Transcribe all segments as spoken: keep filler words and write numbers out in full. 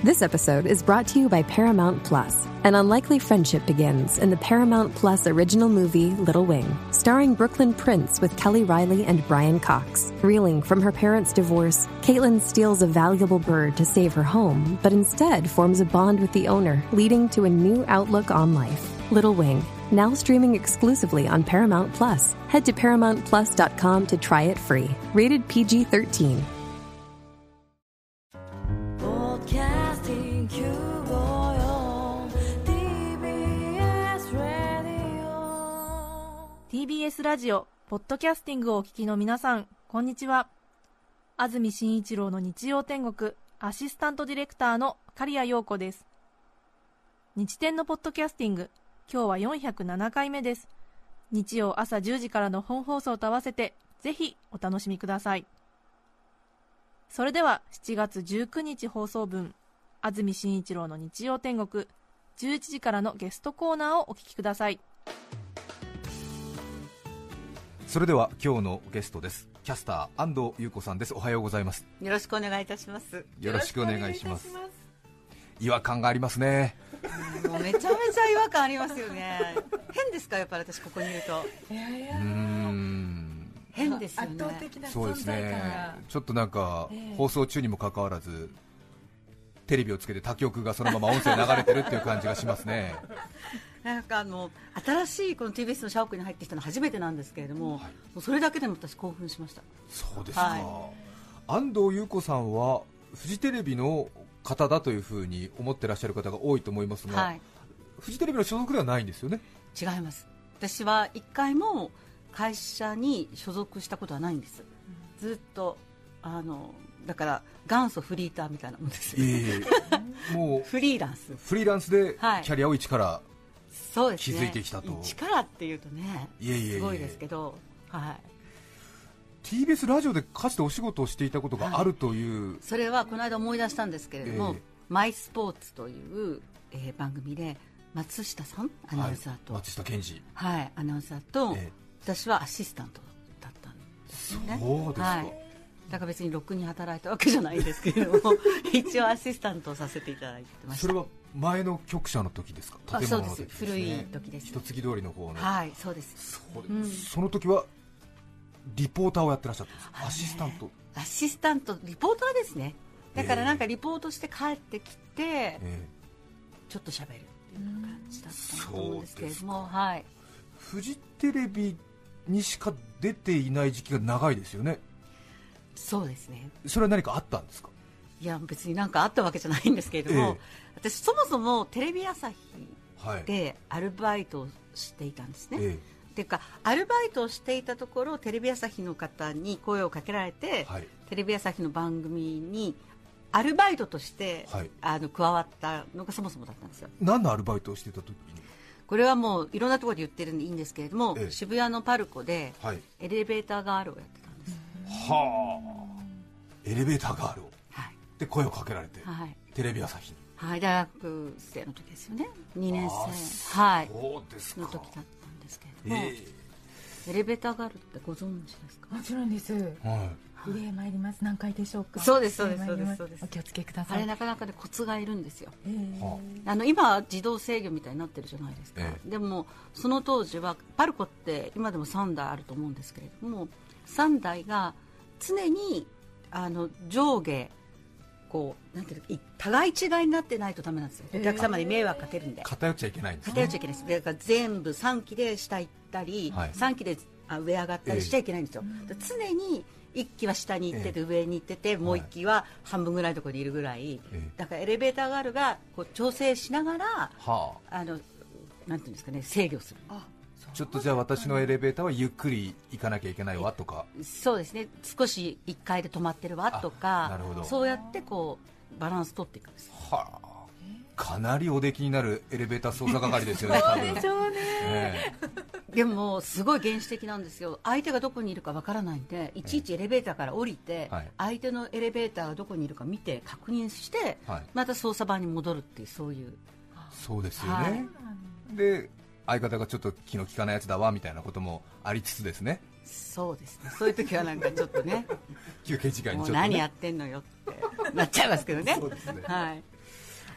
This episode is brought to you by Paramount Plus. An unlikely friendship begins in the Paramount Plus original movie Little Wing, starring Brooklyn Prince with Kelly Riley and Brian Cox. Reeling from her parents' divorce, Caitlin steals a valuable bird to save her home, but instead forms a bond with the owner, leading to a new outlook on life. Little Wing, now streaming exclusively on Paramount Plus. Head to paramount plus dot com to try it free. Rated P G thirteen. ティービーエス ラジオポッドキャスティングをお聞きの皆さん、こんにちは。安住紳一郎の日曜天国アシスタントディレクターの刈谷陽子です。日天のポッドキャスティング、今日はよんひゃくななかいめです。日曜朝じゅうじからの本放送と合わせてぜひお楽しみください。それではしちがつじゅうくにち放送分、安住紳一郎の日曜天国じゅういちじからのゲストコーナーをお聞きください。 それでは今日のゲストです。キャスター安藤優子さんです。おはようございます。 よろしくお願いいたします。 よろしくお願いします。違和感がありますね。 もうめちゃめちゃ違和感ありますよね。変ですか、やっぱり私ここにいると。いやいや、うーん、変ですよね。圧倒的な存在感が。そうですね。 ちょっとなんか、えー、放送中にもかかわらずテレビをつけて他局がそのまま音声流れてるっていう感じがしますね。 なんかあの新しいこの ティービーエス の社屋に入ってきたのは初めてなんですけれども、はい、もうそれだけでも私興奮しました。 そうですか、はい、安藤優子さんはフジテレビの方だというふうに思ってらっしゃる方が多いと思いますが、はい、フジテレビの所属ではないんですよね。 違います。私は一回も会社に所属したことはないんです、うん、ずっとあのだから元祖フリーターみたいなもんですよ、えー、もうフリーランスフリーランスでキャリアを一から、はい、 そうですね、 気づいてきたと。 力っていうとね、いえいえいえすごいですけど、はい、 ティービーエス ラジオでかつてお仕事をしていたことがあるという、はい、 それはこの間思い出したんですけれども、えー、マイスポーツという、えー、番組で松下さんアナウンサーと、 はい、松下健二、 はい、アナウンサーと、えー、私はアシスタントだったんですよね。 そうですか、はい、 だから別にろくに働いたわけじゃないですけれども一応アシスタントをさせていただいてました。 それは前の局舎の時ですか。建物の時ですね。 そうです、古い時です。 一月通りの方の。 はい、そうです。 そうです、うん、その時はリポーターをやってらっしゃったんですか。アシスタント。 アシスタント、リポーターですね。だからなんかリポートして帰ってきて、えー、ちょっと喋るっていう感じだったと思うんですけれども、はい、 フジテレビにしか出ていない時期が長いですよね。 そうですね。 それは何かあったんですか。 いや別に何かあったわけじゃないんですけれども、えー、私そもそもテレビ朝日でアルバイトをしていたんですね、はい、えーていうかアルバイトをしていたところテレビ朝日の方に声をかけられて、はい、テレビ朝日の番組にアルバイトとして、はい、あの加わったのがそもそもだったんですよ。 何のアルバイトをしていた時に。 これはもういろんなところで言ってるんでいいんですけれども、ええ、渋谷のパルコでエレベーターガールをやってたんです、 はい、はあ、エレベーターガールを、はい、で声をかけられて、はい、テレビ朝日に、 はい、大学生の時ですよね。にねん生、はい、 そうですか、 の時だったんですけれども、えー、エレベーターガールってご存知ですか。 もちろんです、はい、上へ参ります。何階でしょうか。 そうですそうですそうですそうです。 お気をつけください。 あれなかなかでコツがいるんですよ、えー、あの今自動制御みたいになってるじゃないですか、えー、でもその当時はパルコって今でもさんだいあると思うんですけれども、さんだいが常にあの上下こうなんていうの互い違いになってないとダメなんですよ。お客様に迷惑かけるんで、 偏っちゃいけないんですね。 偏っちゃいけないです。だから全部さんきで下行ったり、はい、さんきであ上上がったりしちゃいけないんですよ、えー、常にいっきは下に行ってて、えー、上に行ってて、もういっきは半分ぐらいのところにいるぐらい、えー、だからエレベーターガールがこう調整しながら、はあ、あのなんていうんですかね、制御する。あ、 ちょっとじゃあ私のエレベーターはゆっくり行かなきゃいけないわとか、 そうですね、少しいっかいで止まってるわとか、なるほど、そうやってこうバランス取っていくんです。はあ、 かなりお出来になるエレベーター操作係ですよね。多分そうでしょうね、 えー、でもすごい原始的なんですよ。相手がどこにいるかわからないんで、いちいちエレベーターから降りて、はい、相手のエレベーターがどこにいるか見て確認して、はい、また操作盤に戻るっていう、そういう。 そうですよね、はい、で相方がちょっと気の利かないやつだわみたいなこともありつつですね。 そうですね、そういう時はなんかちょっとね休憩時間にちょっと、ね、 もう何やってんのよってなっちゃいますけどね。 そうですね、 はい、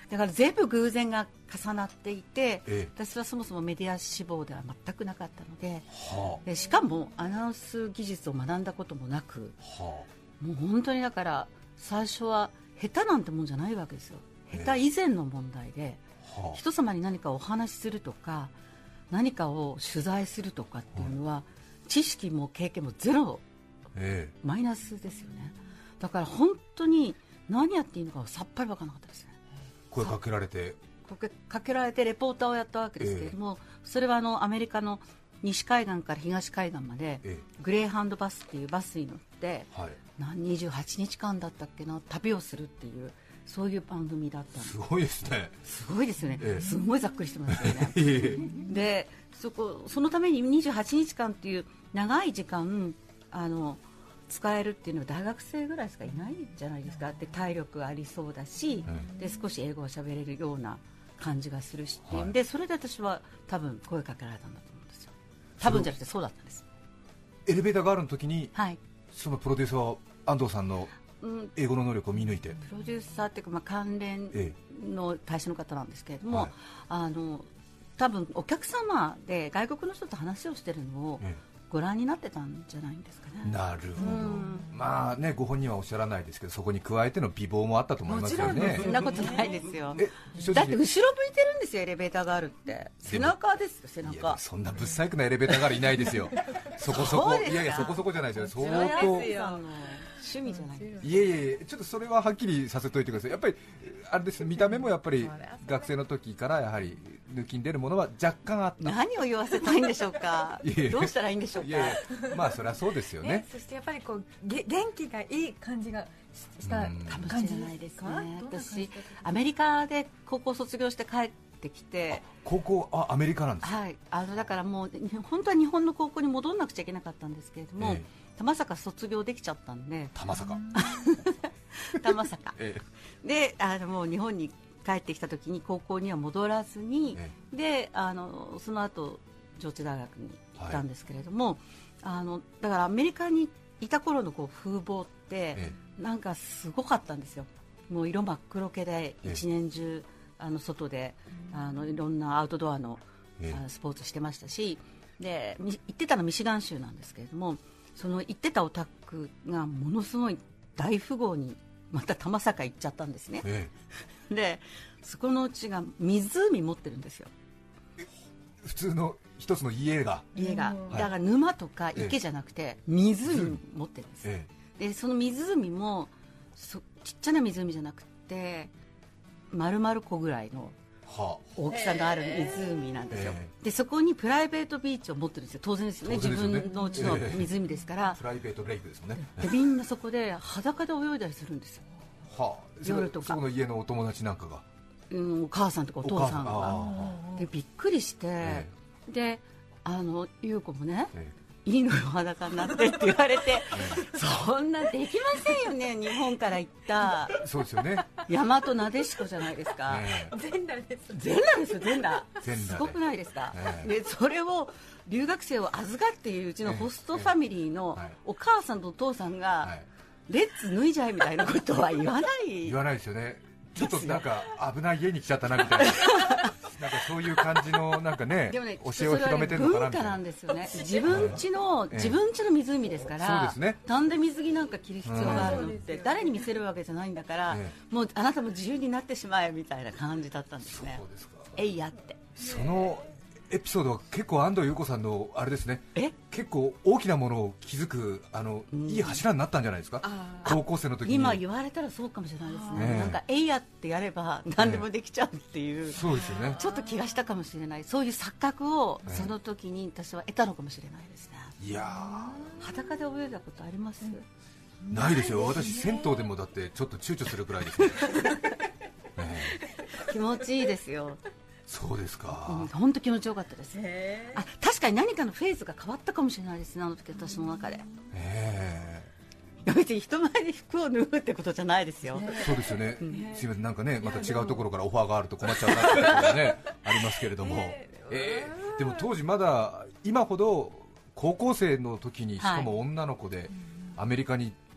だから全部偶然が重なっていて、 ええ、 私はそもそもメディア志望では全くなかったので、 はあ、 でしかもアナウンス技術を学んだこともなく、 はあ、もう本当にだから最初は下手なんてもんじゃないわけですよ。下手以前の問題で、はあ、人様に何かお話しするとか何かを取材するとかっていうのは、はあ、知識も経験もゼロ、ええ、マイナスですよね。だから本当に何やっていいのかさっぱり分からなかったですね。 声かけられて声かけられてレポーターをやったわけですけれども、えー、それはあのアメリカの西海岸から東海岸まで、えー、グレーハンドバスっていうバスに乗って、はい、何にじゅうはちにちかんだったっけな、旅をするっていうそういう番組だったんです。 すごいですね。 すごいですよね、えー、すごいざっくりしてますよね、 えー、 で そ, こそのためににじゅうはちにちかんっていう長い時間あの使えるっていうのは大学生ぐらいしかいないじゃないですか。で体力ありそうだし、うん、で少し英語を喋れるような感じがするし、はい、でそれで私は多分声かけられたんだと思うんですよ。多分じゃなくてそうだったんです。 エレベーターがあるの時に、 はい、 そのプロデューサーは安藤さんの英語の能力を見抜いて、うん、 プロデューサーっていうか、まあ、関連の対象の方なんですけれども、はい、あの多分お客様で外国の人と話をしてるのを、ええ、ご覧になってたんじゃないんですかね。 なるほど、うん、まあね、ご本人はおっしゃらないですけど、そこに加えての美貌もあったと思いますよね。 もちろんそんなことないですよ。えだって後ろ向いてるんですよ、エレベーターがあるって。背中ですよ、背中。いやそんなぶっ細工なエレベーターがあるいないですよ。そこそこ、いやいやそこそこじゃないですよ、相当趣味じゃないです。 いえいえ、ちょっとそれははっきりさせておいてください。やっぱりあれです、見た目もやっぱり学生の時からやはり抜きん出るものは若干あった。 何を言わせたいんでしょうか。いやどうしたらいいんでしょうか。いやいやまあそれはそうですよね。 そしてやっぱりこうげ元気がいい感じがしたかもしれないですね。私アメリカで高校卒業して帰ってきて、 高校あアメリカなんですか。 はい、あのだからもう本当は日本の高校に戻らなくちゃいけなかったんですけれども、ええ、まさか卒業できちゃったんで、 まさかまさか、 ええ、であのもう日本に帰ってきた時に高校には戻らずに、ええ、であのその後上智大学に行ったんですけれども、はい、あのだからアメリカにいた頃のこう風貌って、ええ、なんかすごかったんですよ。もう色真っ黒けで一年中、ええ、あの外であのいろんなアウトドアの、ええ、スポーツしてましたし、で行ってたのミシガン州なんですけれども、その行ってたお宅がものすごい大富豪にまた玉坂行っちゃったんですね、ええ、でそこのうちが湖持ってるんですよ。 普通の一つの家が家が、だから沼とか池じゃなくて湖持ってるんです、ええ、でその湖もそちっちゃな湖じゃなくて丸々湖ぐらいの大きさがある湖なんですよ、えー、でそこにプライベートビーチを持ってるんですよ。当然ですよね、自分のうちの湖ですから、 えー、プライベートレイクですもんね。 でみんなそこで裸で泳いだりするんですよ、 はあ、夜とか。そこの家のお友達なんかが、 うん、お母さんとかお父さんがでびっくりして、えー、であの優子もね、えーいいのよ裸になってって言われてそんなできませんよね、日本から行ったそうですよね、 大和なでしこじゃないですか、 えー、全裸です全裸ですよ、全裸すごくないですか、えー、でそれを留学生を預かっているうちのホストファミリーのお母さんとお父さんが、レッツ脱いじゃえみたいなことは言わない言わないですよね。ちょっとなんか危ない家に来ちゃったなみたいななんかそういう感じのなんかね、でもね、教えを広めてるのかなみたいな。文化なんですよね。自分家の、ええ、自分家の湖ですから、そうですね、 なんで水着なんか着る必要があるのって、うん、誰に見せるわけじゃないんだから、ええ、もうあなたも自由になってしまえみたいな感じだったんですね。 そうですか。 えいやって。 そのエピソードは結構安藤優子さんのあれですね、 え結構大きなものを気づくあの、うん、いい柱になったんじゃないですか。高校生の時に今言われたらそうかもしれないですね。なんかえいやってやれば何でもできちゃうっていう、 ね、そうですよね。 ちょっと気がしたかもしれない。そういう錯覚をその時に私は得たのかもしれないですね。 いや裸で泳いだことあります？ うん、ないですよ。私銭湯でもだってちょっと躊躇するくらいですね、 ね、気持ちいいですよ。 そうですか、 うん、本当気持ちよかったです。あ、確かに何かのフェーズが変わったかもしれないですね、あの時私の中で。 へー、別に人前で服を脱ぐってことじゃないですよ。 そうですよね、うん、すいません、なんかね、また違うところからオファーがあると困っちゃうなってことがねありますけれども、えー、でも当時まだ今ほど高校生の時に、しかも女の子でアメリカに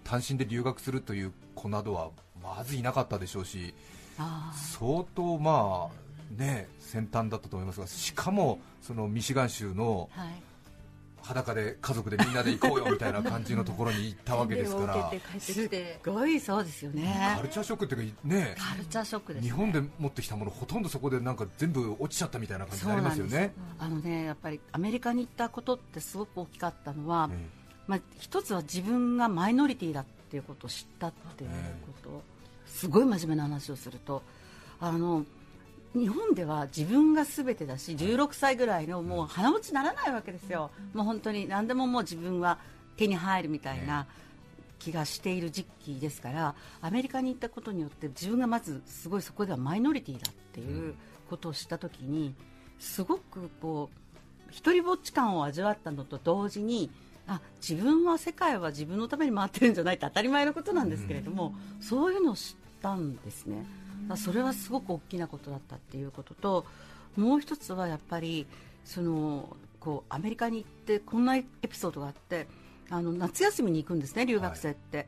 単身で留学するという子などはまずいなかったでしょうし、相当まあね先端だったと思いますが、しかもそのミシガン州の裸で家族でみんなで行こうよみたいな感じのところに行ったわけですからすごいそうですよね。 カルチャーショックっていうかね、 カルチャーショックですね。 日本で持ってきたものほとんどそこでなんか全部落ちちゃったみたいな感じになりますよね。 あのね、やっぱりアメリカに行ったことってすごく大きかったのは、ええまあ、一つは自分がマイノリティだっていうことを知ったっていうこと、ええ、すごい真面目な話をすると、あの日本では自分が全てだし、じゅうろくさいぐらいのもう鼻持ちならないわけですよ。もう本当に何でももう自分は手に入るみたいな気がしている時期ですから、アメリカに行ったことによって自分がまずすごいそこではマイノリティだっていうことを知ったときに、すごくこう一人ぼっち感を味わったのと同時に、あ、自分は世界は自分のために回ってるんじゃないって当たり前のことなんですけれども、そういうのを知ったんですね。それはすごく大きなことだったっていうことと、もう一つはやっぱりそのこうアメリカに行ってこんなエピソードがあって、あの夏休みに行くんですね、留学生って、はい、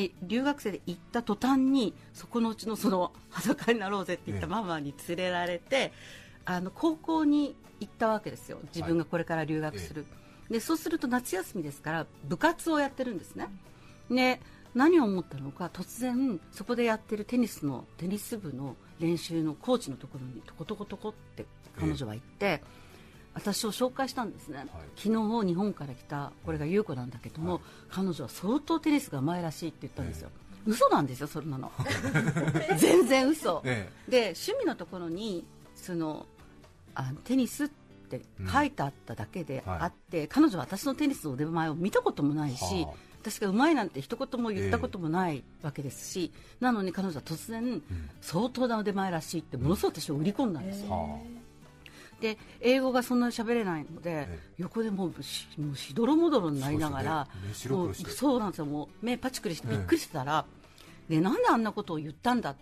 で留学生で行った途端にそこのうちのその裸になろうぜって言ったママに連れられて、ええ、あの高校に行ったわけですよ、自分がこれから留学する、はい、でそうすると夏休みですから部活をやってるんですね。で何を思ったのか、突然そこでやってるテニスのテニス部の練習のコーチのところにトコトコトコって彼女は行って、えー、私を紹介したんですね、はい、昨日日本から来たこれが優子なんだけども、はい、彼女は相当テニスがうまいらしいって言ったんですよ、えー、嘘なんですよ、そんなの全然嘘、えー、で趣味のところにそのあテニスって書いてあっただけであって、うんはい、彼女は私のテニスの腕前を見たこともないし、はあ、私がうまいなんて一言も言ったこともないわけですし、えー、なのに彼女は突然、うん、相当な腕前らしいってものすごく私を売り込んだんですよ、えー、で英語がそんなに喋れないので、えー、横でもうし、もうしどろもどろになりながら、そう、ね、もうそうなんですよ、もう目パチクリしてびっくりしてたら、えー、でなんであんなことを言ったんだって、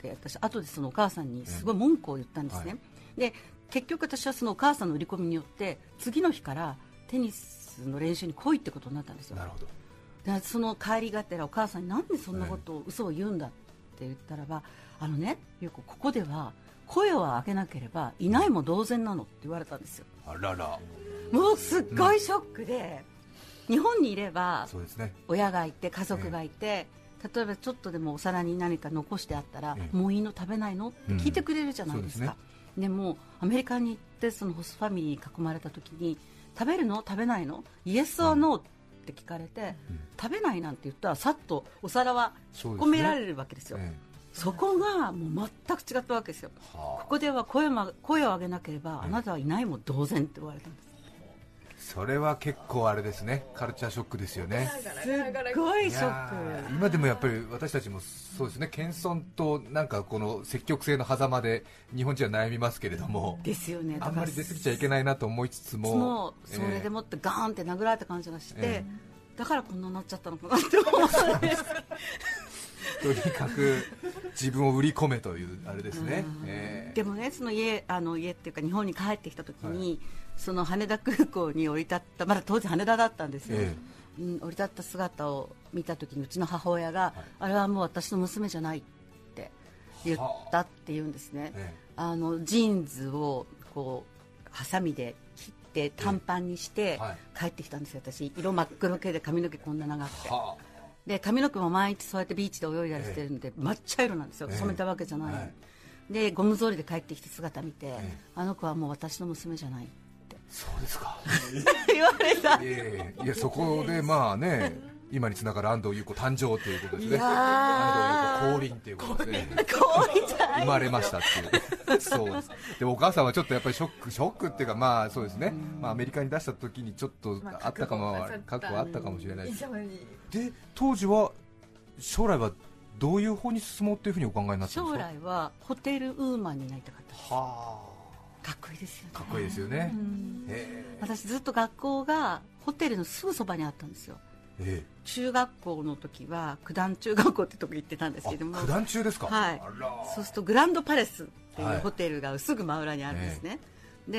私後でそのお母さんにすごい文句を言ったんですね、えーはい、で結局私はそのお母さんの売り込みによって次の日からテニスの練習に来いってことになったんですよ。 なるほど。 でその帰りがてらお母さんになんでそんなことを、嘘を言うんだって言ったらば、あのね、よくここでは声を上げなければいないも同然なのって言われたんですよ。 あらら、 もうすっごいショックで、うん、日本にいればそうですね、 親がいて家族がいて、え例えばちょっとでもお皿に何か残してあったら、えもういいの食べないのって聞いてくれるじゃないですか、うん、そうですね。でもアメリカに行ってそのホストファミリーに囲まれた時に、食べるの食べないの、イエスはノーって聞かれて、うん、食べないなんて言ったらさっとお皿は引っ込められるわけですよ。 そ, です、ねええ、そこがもう全く違ったわけですよ、はあ、ここでは 声, も声を上げなければあなたはいないも同然って言われたんです。 それは結構あれですね、カルチャーショックですよね。 すっごいショック。 今でもやっぱり私たちもそうですね、謙遜となんかこの積極性の狭間で日本人は悩みますけれども、 ですよね、 あんまり出過ぎちゃいけないなと思いつつも、 そのそれでもってガーンって殴られた感じがして、えー、だからこんなになっちゃったのかなって思うんですとにかく自分を売り込めというあれですね、えー、 でもね、その家あの家っていうか日本に帰ってきた時に、はい、その羽田空港に降り立った、まだ当時羽田だったんですよ、えーうん、降り立った姿を見た時にうちの母親が、はい、あれはもう私の娘じゃないって言ったっていうんですね、えー、あのジーンズをこうハサミで切って短パンにして帰ってきたんですよ、私。色真っ黒系で髪の毛こんな長くて、はあ、で髪の毛も毎日そうやってビーチで泳いだりしてるんで、えー、真っ茶色なんですよ、染めたわけじゃない、えー、でゴム草履で帰ってきた姿見て、えー、あの子はもう私の娘じゃないって。 そうですか言われた。 いやいや、そこでまあね今につながる安藤優子誕生ということですね。安藤優子降臨ということですね。 降臨じゃない、 生まれましたっていうそうです。でお母さんはちょっとやっぱりショックショックっていうか、まあそうですね、まあ、アメリカに出した時にちょっとあったかも、覚悟はあったかもしれないです。で当時は将来はどういう方に進もうというふうにお考えになったんですか。 将来はホテルウーマンになりたかったです。はあ、かっこいいですよね。 かっこいいですよね。 私ずっと学校がホテルのすぐそばにあったんですよ。ええ、中学校の時は九段中学校ってとこ行ってたんですけども。 九段中ですか。 はい。そうするとグランドパレスっていうホテルがすぐ真裏にあるんですね、はい、で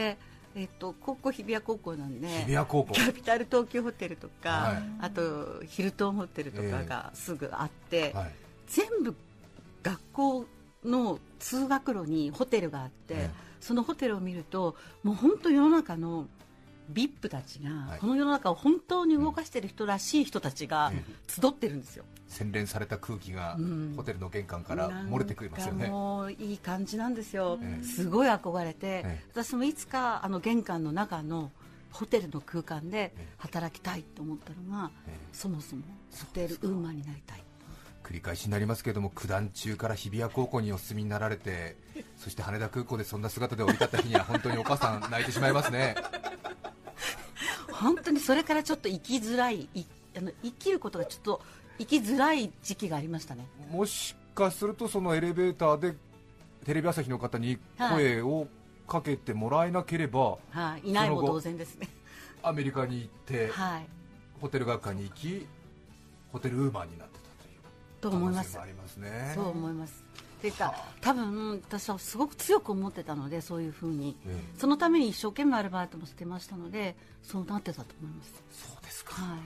えっと、高校日比谷高校なんで、 日比谷高校キャピタル東急ホテルとか、はい、あとヒルトンホテルとかがすぐあって、えーはい、全部学校の通学路にホテルがあって、えー、そのホテルを見るともう本当世の中のブイアイピー たちが、はい、この世の中を本当に動かしている人らしい人たちが集ってるんですよ、 うん、洗練された空気がホテルの玄関から漏れてくるますよね、 うん、もういい感じなんですよ、えー、すごい憧れて、えー、私もいつかあの玄関の中のホテルの空間で働きたいと思ったのが、えー、そもそもホテルウーマンになりたい。 繰り返しになりますけれども、九段中から日比谷高校にお住みになられて、そして羽田空港でそんな姿で降り立った日には本当にお母さん泣いてしまいますね。 本当にそれからちょっと生きづらい、いあの生きることがちょっと生きづらい時期がありましたね。 もしかするとそのエレベーターでテレビ朝日の方に声をかけてもらえなければ、 はいはい、いないも同然ですね。 アメリカに行って、 はい、 ホテル学科に行きホテルウーマンになってたと思います。 ありますね。 そう思います。っていうか、多分私はすごく強く思ってたので、そういうふうに、ええ、そのために一生懸命アルバイトもしてましたので、そうなってたと思います。 そうですか、 はい、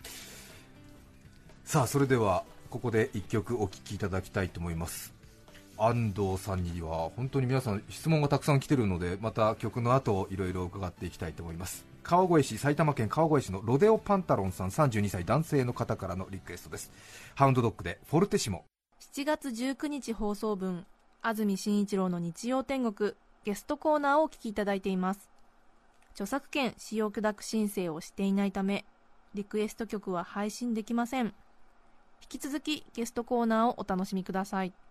さあそれではここでいっきょくお聴きいただきたいと思います。安藤さんには本当に皆さん質問がたくさん来てるので、また曲の後いろいろ伺っていきたいと思います。川越市、埼玉県川越市のロデオパンタロンさん、さんじゅうにさい男性の方からのリクエストです。ハウンドドッグでフォルテシモ。 しちがつじゅうくにち放送分、安住紳一郎の日曜天国ゲストコーナーをお聞きいただいています。著作権使用許諾申請をしていないため、リクエスト曲は配信できません。引き続きゲストコーナーをお楽しみください。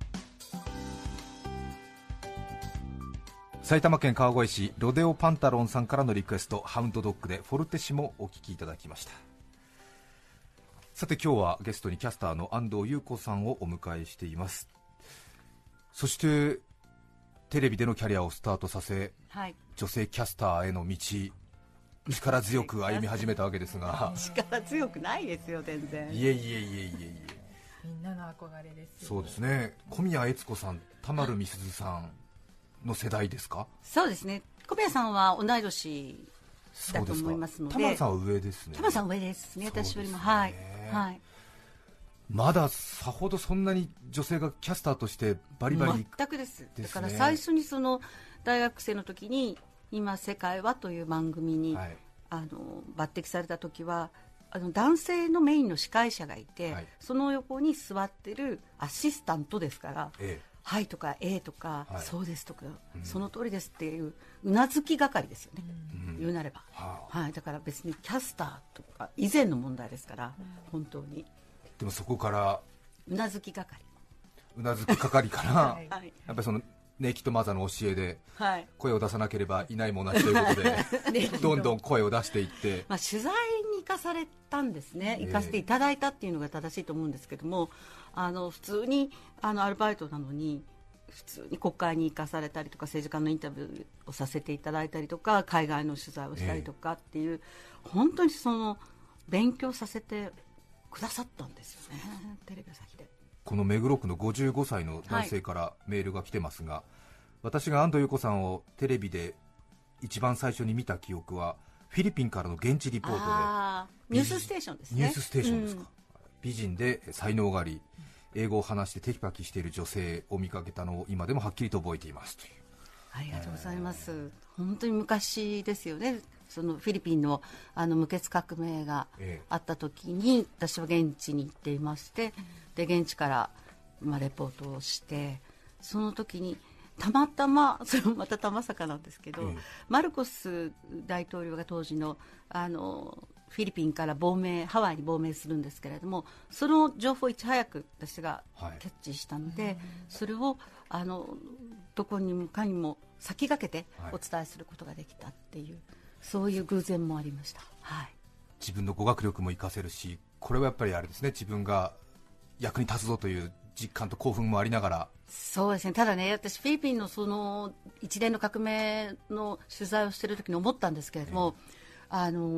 埼玉県川越市ロデオパンタロンさんからのリクエスト、ハウンドドッグでフォルテシモお聞きいただきました。さて今日はゲストにキャスターの安藤優子さんをお迎えしています。そしてテレビでのキャリアをスタートさせ、はい、女性キャスターへの道力強く歩み始めたわけですが力強くないですよ全然。 いえいえいえいえいえ、 みんなの憧れですよ。 そうですね。小宮悦子さん、田丸美鈴さんの世代ですか？ そうですね。小宮さんは同い年だと思いますので。 田丸さんは上ですね。 田丸さんは上ですね、私よりも。はいはい。 まださほどそんなに女性がキャスターとしてバリバリ、 全くです。だから最初にその大学生の時に今世界はという番組に、はい、あの抜擢された時はあの男性のメインの司会者がいて、はい、その横に座ってるアシスタントですから、ええ、はいとかええとか、はい、そうですとか、うん、その通りですっていううなずき係ですよね、うん、言うなれば、はあ、はい、だから別にキャスターとか以前の問題ですから、うん、本当に。 でもそこからうなずき係うなずき係から、はい、やっぱりそのネイキッドマザーの教えで、はい、声を出さなければいないもなしということでどんどん声を出していって、 まあ、取材に行かされたんですね。行かせていただいたっていうのが正しいと思うんですけども、あの普通にあのアルバイトなのに普通に国会に行かされたりとか、政治家のインタビューをさせていただいたりとか、海外の取材をしたりとかっていう、えー、本当にその勉強させてくださったんですよね、テレビ朝日で。 この目黒区のごじゅうごさいの男性からメールが来てますが、はい、私が安藤優子さんをテレビで一番最初に見た記憶はフィリピンからの現地リポートで、 ニュースステーションですね。 ニュースステーションですか、うん、美人で才能があり英語を話してテキパキしている女性を見かけたのを今でもはっきりと覚えていますという。 ありがとうございます、えー、本当に昔ですよね。そのフィリピン の, あの無血革命があった時に、えー、私は現地に行っていまして、で現地から、まあ、レポートをして、その時にたまたま、それもまたたまさかなんですけど、えー、マルコス大統領が当時 の, あのフィリピンから亡命、ハワイに亡命するんですけれども、その情報をいち早く私がキャッチしたので、はい、それをあのどこにもかにも先駆けてお伝えすることができたっていう、はい、そういう偶然もありました、はい、 自分の語学力も活かせるし、これはやっぱりあれですね、自分が役に立つぞという実感と興奮もありながら。 そうですね。ただね、私フィリピンのその一連の革命の取材をしている時に思ったんですけれども、えー、あの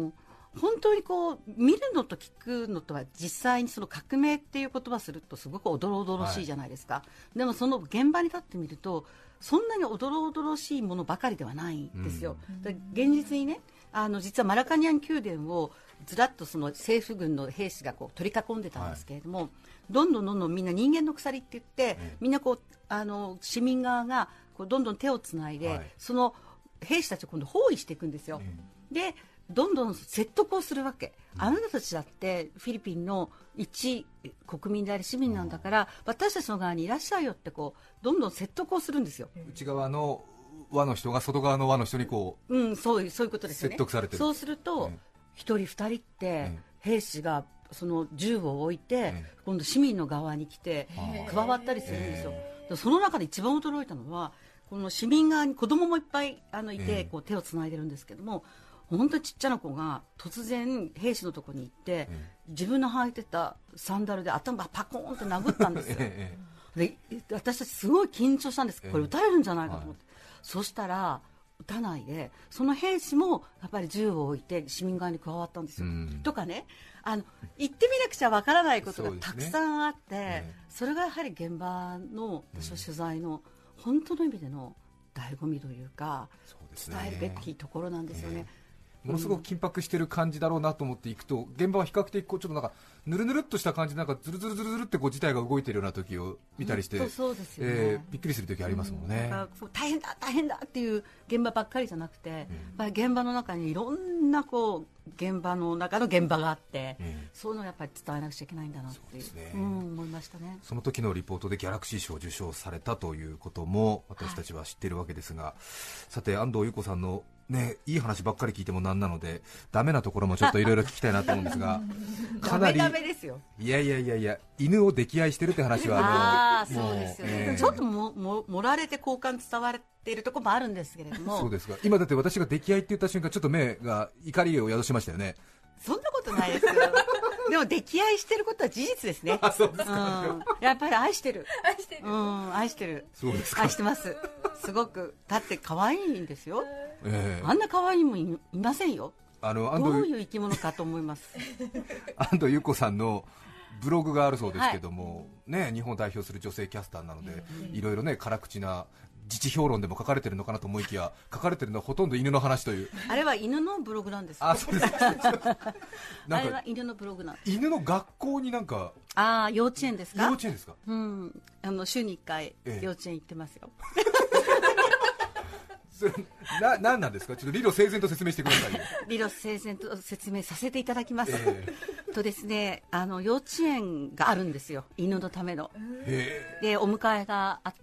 本当にこう見るのと聞くのとは実際にその革命っていう言葉するとすごくおどろおどろしいじゃないですか、はい、でもその現場に立ってみるとそんなにおどろおどろしいものばかりではないんですよ、うん、で現実にねあの実はマラカニャン宮殿をずらっとその政府軍の兵士がこう取り囲んでたんですけれども、はい、どんどんどんどんみんな人間の鎖って言って、うん、みんなこうあの市民側がこうどんどん手をつないで、はい、その兵士たちを今度包囲していくんですよ、うん、でどんどん説得をするわけ、うん、あなたたちだってフィリピンの一国民であり市民なんだから、うん、私たちの側にいらっしゃいよってこうどんどん説得をするんですよ。 内側の輪の人が外側の輪の人にこう、 うん、そういうそういうことですよね。 説得されてる。 そうすると一、うん、人二人って兵士がその銃を置いて、うん、今度市民の側に来て加わったりするんですよ。その中で一番驚いたのはこの市民側に子供もいっぱいあのいて、こう手をつないでるんですけども、本当にちっちゃな子が突然兵士のところに行って、自分の履いてたサンダルで頭パコーンって殴ったんですよで私たちすごい緊張したんです。これ撃たれるんじゃないかと思って、はい、そしたら撃たないでその兵士もやっぱり銃を置いて市民側に加わったんですよ、うん、とかね、あの行ってみなくちゃわからないことがたくさんあって、 そ, ね、それがやはり現場の私は取材の本当の意味での醍醐味というか、そうですね、伝えるべきところなんですよね、ね、 ものすごく緊迫している感じだろうなと思っていくと、現場は比較的こうちょっとなんかぬるぬるっとした感じで、なんかズルズルズルズルってこう事態が動いているような時を見たりして、 そうですよね、 えー、びっくりする時ありますもんね、 うん、だから大変だ大変だっていう現場ばっかりじゃなくて、うん、やっぱり現場の中にいろんなこう現場の中の現場があって、うん、そういうのをやっぱり伝えなくちゃいけないんだなっていう、そうですね、うん、思いましたね。 その時のリポートでギャラクシー賞を受賞されたということも私たちは知っているわけですが、はい、さて安藤優子さんのね、いい話ばっかり聞いてもなんなのでダメなところもちょっといろいろ聞きたいなと思うんですがかなりダメダメですよ。 いやいやいやいや、犬を溺愛してるって話はあのあそうですよね、えー、ちょっともも盛られて好感伝わっているところもあるんですけれどもそうですか。今だって私が溺愛って言った瞬間ちょっと目が怒りを宿しましたよね。 そんなことないですよでも溺愛してることは事実ですね。 あ、そうですか、 うん、やっぱり愛してる愛してる、 うん、愛してる。 そうですか。 愛してます。すごく。だって可愛いんですよ、 えー、 あんな可愛いも い, いませんよ。 あのどういう生き物かと思います安藤優子さんのブログがあるそうですけども、はい、ね、日本を代表する女性キャスターなので、うん、いろいろね辛口な自治評論でも書かれてるのかなと思いきや書かれてるのはほとんど犬の話という。 あれは犬のブログなんです。 あ、そうですあれは犬のブログなんです。 犬の学校になんか、 あ、幼稚園ですか。 幼稚園ですか、 うん、あの週にいっかい幼稚園行ってますよ、ええそれな何なんですか。ちょっと理路整然と説明してくださいよ。 理路整然と説明させていただきます、えー、とですね、あの幼稚園があるんですよ、犬のための、えー、でお迎えがあって、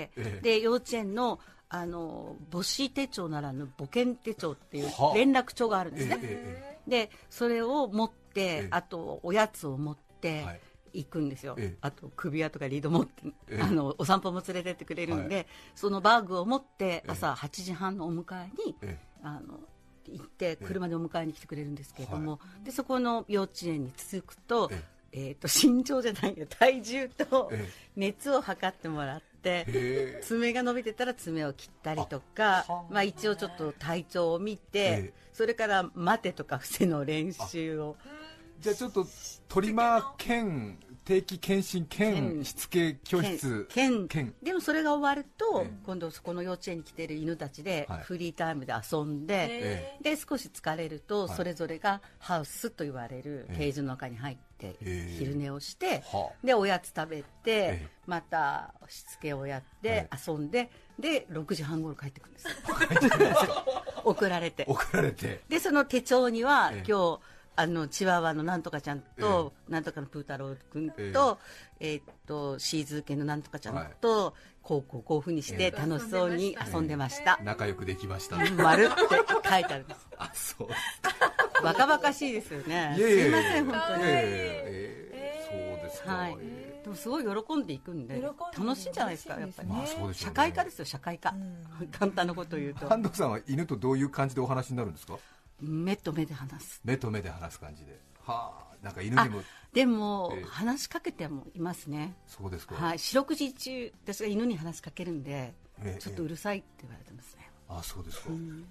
えー、で幼稚園のあの母子手帳ならぬ母犬手帳っていう連絡帳があるんですね、えー、でそれを持って、えー、あとおやつを持って、はい、行くんですよ、ええ、あと首輪とかリード持って、ええ、あのお散歩も連れてってくれるんで、はい、そのバッグを持って朝はちじはんのお迎えに、ええ、あの行って車でお迎えに来てくれるんですけれども、ええ、でそこの幼稚園に続くと、えええー、と身長じゃないよ、体重と熱を測ってもらって、ええ、爪が伸びてたら爪を切ったりとか、まあ、一応ちょっと体調を見て、ええ、それから待てとか伏せの練習を。 じゃあちょっとトリマー兼定期検診兼しつけ教室兼でもそれが終わると、えー、今度そこの幼稚園に来ている犬たちでフリータイムで遊んで、えー、で少し疲れるとそれぞれがハウスと言われるケージの中に入って昼寝をして、えー、でおやつ食べて、えー、またしつけをやって遊んで、でろくじはん頃帰ってくるんです送られて送られてでその手帳には、えー、今日あのチワワのなんとかちゃんと、えー、なんとかのプー太郎君と、えーえー、っとシーズー系のなんとかちゃんと、はい、こうこうこういうふうにして楽しそうに遊んでました、 えー、仲良くできました丸って書いてあるんです。 あ、そうバカバカしいですよね。 いやいやいやすいません本当に、 えー、そうですか、 はい、でもすごい喜んでいくんで楽しいんじゃないですか、やっぱり、 まあそうでしょうね、 社会科ですよ、社会科、うん、簡単なことを言うと。 安藤さんは犬とどういう感じでお話になるんですか。 目と目で話す。 目と目で話す感じで、はあ、なんか犬にも。 でも、えー、話しかけてもいますね。 そうですか。 はい、四六時中私が犬に話しかけるんで、えー、ちょっとうるさいって言われてますね。 あ、そうですか、 うん、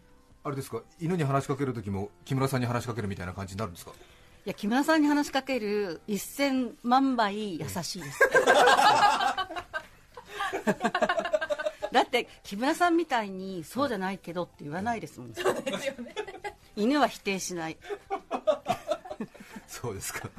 あれですか、犬に話しかけるときも木村さんに話しかけるみたいな感じになるんですか？ いや、木村さんに話しかけるせんまん倍優しいですだって木村さんみたいにそうじゃないけどって言わないですもん。そうですよね。犬は否定しないそうですか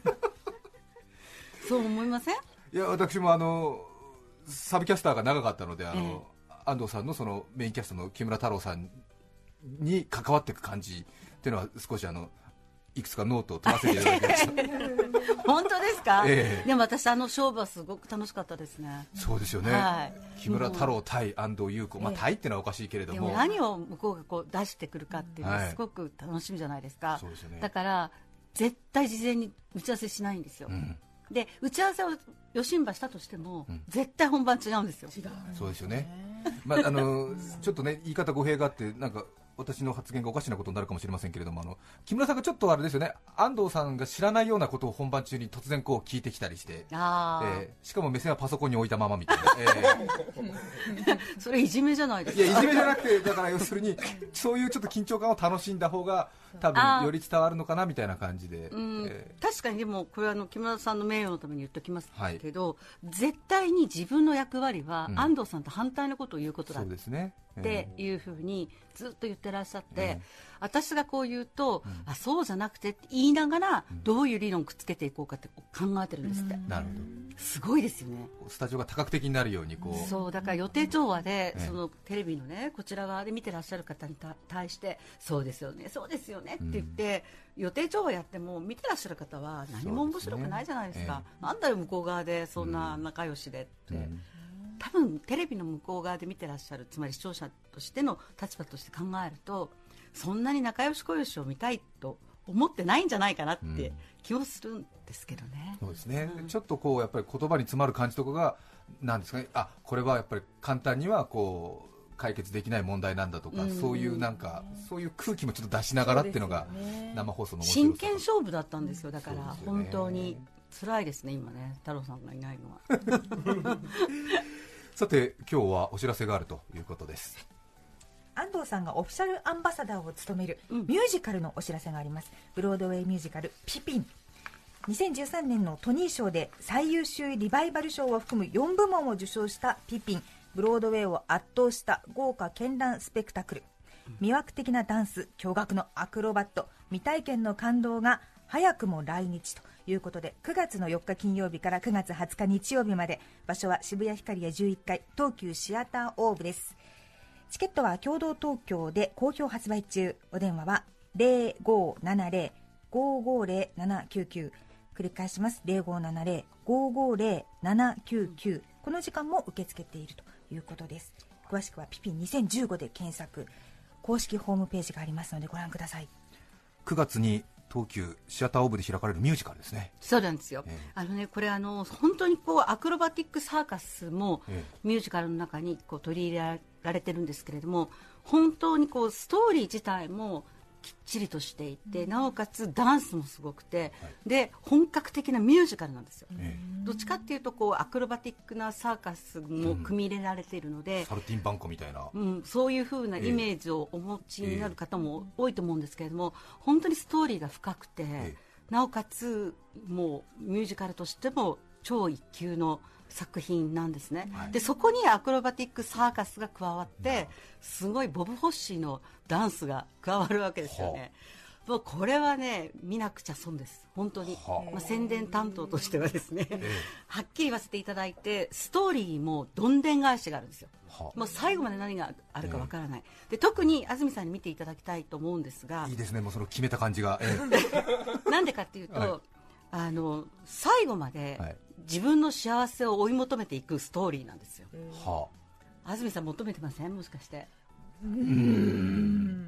そう思いません？ いや、私もあのサブキャスターが長かったので、あの、ええ、安藤さんのそのメインキャストの木村太郎さんに関わっていく感じっていうのは少しあのいくつかノートを取らせていただきました本当ですか？ ええ、 でも私あの勝負はすごく楽しかったですね。 そうですよね、はい、木村太郎対安藤優子、まあ、対ってのはおかしいけれども、 でも何を向こうがこう出してくるかっていうのはすごく楽しみじゃないですか、はい、そうですよね。だから絶対事前に打ち合わせしないんですよ、うん、で打ち合わせをよしんばしたとしても、うん、絶対本番違うんですよ。違う、 そうですよね、まあ、あのちょっとね言い方語弊があってなんか私の発言がおかしなことになるかもしれませんけれども、あの木村さんがちょっとあれですよね、安藤さんが知らないようなことを本番中に突然こう聞いてきたりして、あ、えー、しかも目線はパソコンに置いたままみたいな、えー、それいじめじゃないですか？ いや、いじめじゃなくて、だから要するにそういうちょっと緊張感を楽しんだ方が多分より伝わるのかなみたいな感じで、 うん、えー、確かに。でもこれはあの木村さんの名誉のために言っておきますけど、はい、絶対に自分の役割は安藤さんと反対のことを言うことだ、うん、そうですね、っていうふうにずっと言ってらっしゃって、うん、私がこう言うと、うん、あ、そうじゃなくてって言いながら、うん、どういう理論をくっつけていこうかって考えてるんですって、うん、なるほど。すごいですよね。 スタジオが多角的になるようにこう、 そうだから予定調和で、そのテレビのねこちら側で見てらっしゃる方に対してそうですよねそうですよねって言って、うん、予定調和やっても見てらっしゃる方は何も面白くないじゃないですか。えー、なんだよ向こう側でそんな仲良しでって、うんうん、多分テレビの向こう側で見てらっしゃる、つまり視聴者としての立場として考えると、そんなに仲良し小良しを見たいと思ってないんじゃないかなって気もするんですけどね。 うん、そうですね、うん、ちょっとこうやっぱり言葉に詰まる感じとかがなんですかね、あ、これはやっぱり簡単にはこう解決できない問題なんだとか、うん、そういうなんかそういう空気もちょっと出しながらっていうのが生放送の面白さ。 真剣勝負だったんですよ。だから本当に辛いですね今ね、太郎さんがいないのはさて今日はお知らせがあるということです。 安藤さんがオフィシャルアンバサダーを務めるミュージカルのお知らせがあります。ブロードウェイミュージカルピピン、にせんじゅうさんねんのトニー賞で最優秀リバイバル賞を含むよんぶもんを受賞したピピン、ブロードウェイを圧倒した豪華絢爛スペクタクル、魅惑的なダンス、驚愕のアクロバット、未体験の感動が早くも来日ということで、くがつのよっか金曜日からくがつはつか日曜日まで、場所は渋谷ヒカリエじゅういっかい東急シアターオーブです。チケットは共同東京で好評発売中。お電話は ゼロごーななゼロ ごーごーゼロ ななきゅうきゅう、繰り返します。 ゼロごーななゼロ ごーごーゼロ ななきゅうきゅう、この時間も受け付けているということです。詳しくはピピンにせんじゅうごで検索、公式ホームページがありますのでご覧ください。 くがつに東急シアターオーブで開かれるミュージカルですね。 そうなんですよ、ええ、あのねこれあの本当にこうアクロバティックサーカスもミュージカルの中にこう取り入れられてるんですけれども、本当にこうストーリー自体もきっちりとしていて、うん、なおかつダンスもすごくて、はい、で本格的なミュージカルなんですよ、ええ、どっちかっていうとこうアクロバティックなサーカスも組み入れられているので、うん、 サルティンバンコみたいな、 うん、そういう風なイメージをお持ちになる方も多いと思うんですけれども、本当にストーリーが深くて、ええ、なおかつもうミュージカルとしても超一級の作品なんですね、はい、でそこにアクロバティックサーカスが加わって、すごいボブ・ホッシーのダンスが加わるわけですよね。もうこれはね見なくちゃ損です本当に、まあ、宣伝担当としてはですね、ええ、はっきり言わせていただいて、ストーリーもどんでん返しがあるんですよ。もう最後まで何があるかわからない、え、で特に安住さんに見ていただきたいと思うんですが、 いいですね、もうその決めた感じが、 え、なんでかっていうと、はい、あの最後まで、はい、自分の幸せを追い求めていくストーリーなんですよ、はあ、安住さん求めてません？もしかして。うーん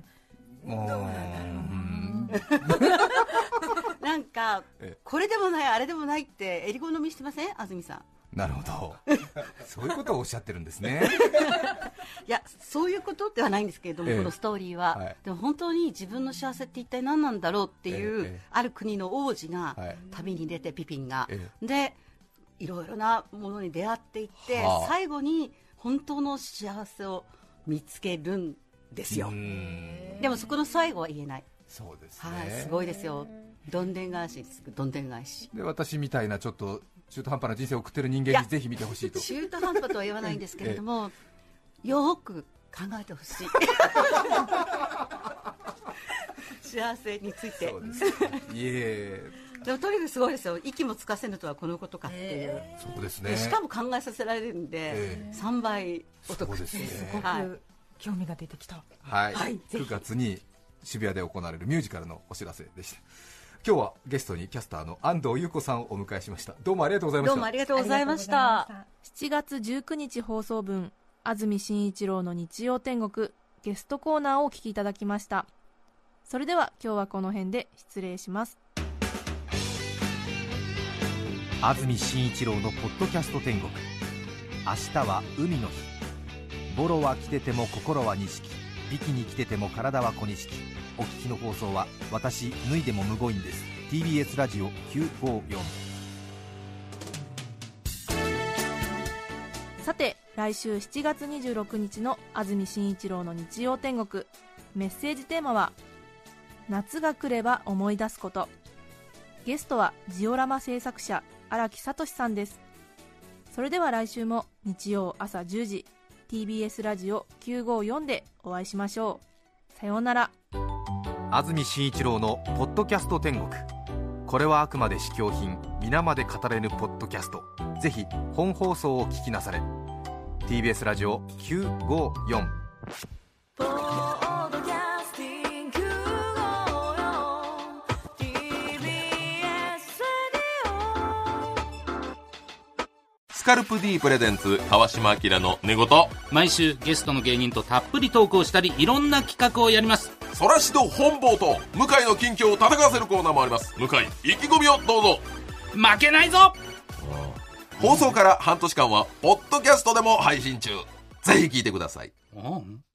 なんかこれでもないあれでもないってえり好みしてません？安住さん。 なるほどそういうことをおっしゃってるんですねいやそういうことではないんですけれども、ええ、このストーリーは、はい、でも本当に自分の幸せって一体何なんだろうっていう、ええ、ある国の王子が旅に出て、ピピンが、ええ、でいろいろなものに出会っていって、はあ、最後に本当の幸せを見つけるんですよ。でもそこの最後は言えない。 そうですね、 はい、すごいですよ。どんでん返しです。どんでん返しで、私みたいなちょっと中途半端な人生を送ってる人間にぜひ見てほしいと。 中途半端とは言わないんですけれどもよく考えてほしい幸せについて。そうです、ね、いえでもとにかくすごいですよ。息もつかせぬとはこのことかっていう、 えー、そうですね。 しかも考えさせられるんで、えー、さんばいお得ですね。 すごく興味が出てきた。 はい、はい、くがつに渋谷で行われるミュージカルのお知らせでした。今日はゲストにキャスターの安藤優子さんをお迎えしました。どうもありがとうございました。 どうもありがとうございました。 しちがつじゅうくにち放送分、安住紳一郎の日曜天国ゲストコーナーをお聞きいただきました。それでは今日はこの辺で失礼します。 安住紳一郎のポッドキャスト天国。明日は海の日。ボロは着てても心は錦、ビキに着てても体は小錦。お聞きの放送は私脱いでもむごいんです。 ティービーエス ラジオきゅうごよん。 さて来週しちがつにじゅうろくにちの安住紳一郎の日曜天国、メッセージテーマは夏が来れば思い出すこと。ゲストはジオラマ制作者荒木聡さんです。それでは来週も日曜朝じゅうじ ティービーエス ラジオきゅうごよんでお会いしましょう。さようなら。 安住紳一郎のポッドキャスト天国。これはあくまで試供品、皆まで語れぬポッドキャスト。ぜひ本放送を聞きなされ。 ティービーエス ラジオきゅうごよん。 スカルプ D プレゼンツ川島明の寝言。 毎週ゲストの芸人とたっぷりトークをしたり、いろんな企画をやります。 そらしど本坊と向井の近況を戦わせるコーナーもあります。向井意気込みをどうぞ。 負けないぞ。 放送から半年間はポッドキャストでも配信中。ぜひ聞いてください。 うん